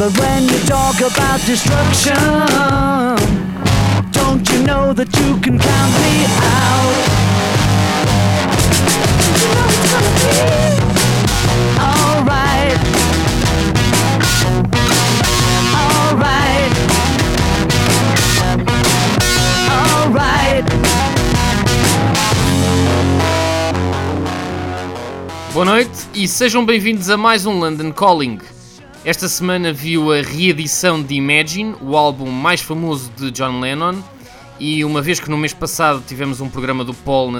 But when you talk about destruction, don't you know that you can count me out? You know it's gonna be alright. Alright. Alright. Boa noite e sejam bem-vindos a mais um London Calling. Esta semana viu a reedição de Imagine, o álbum mais famoso de John Lennon, e uma vez que no mês passado tivemos um programa do Paul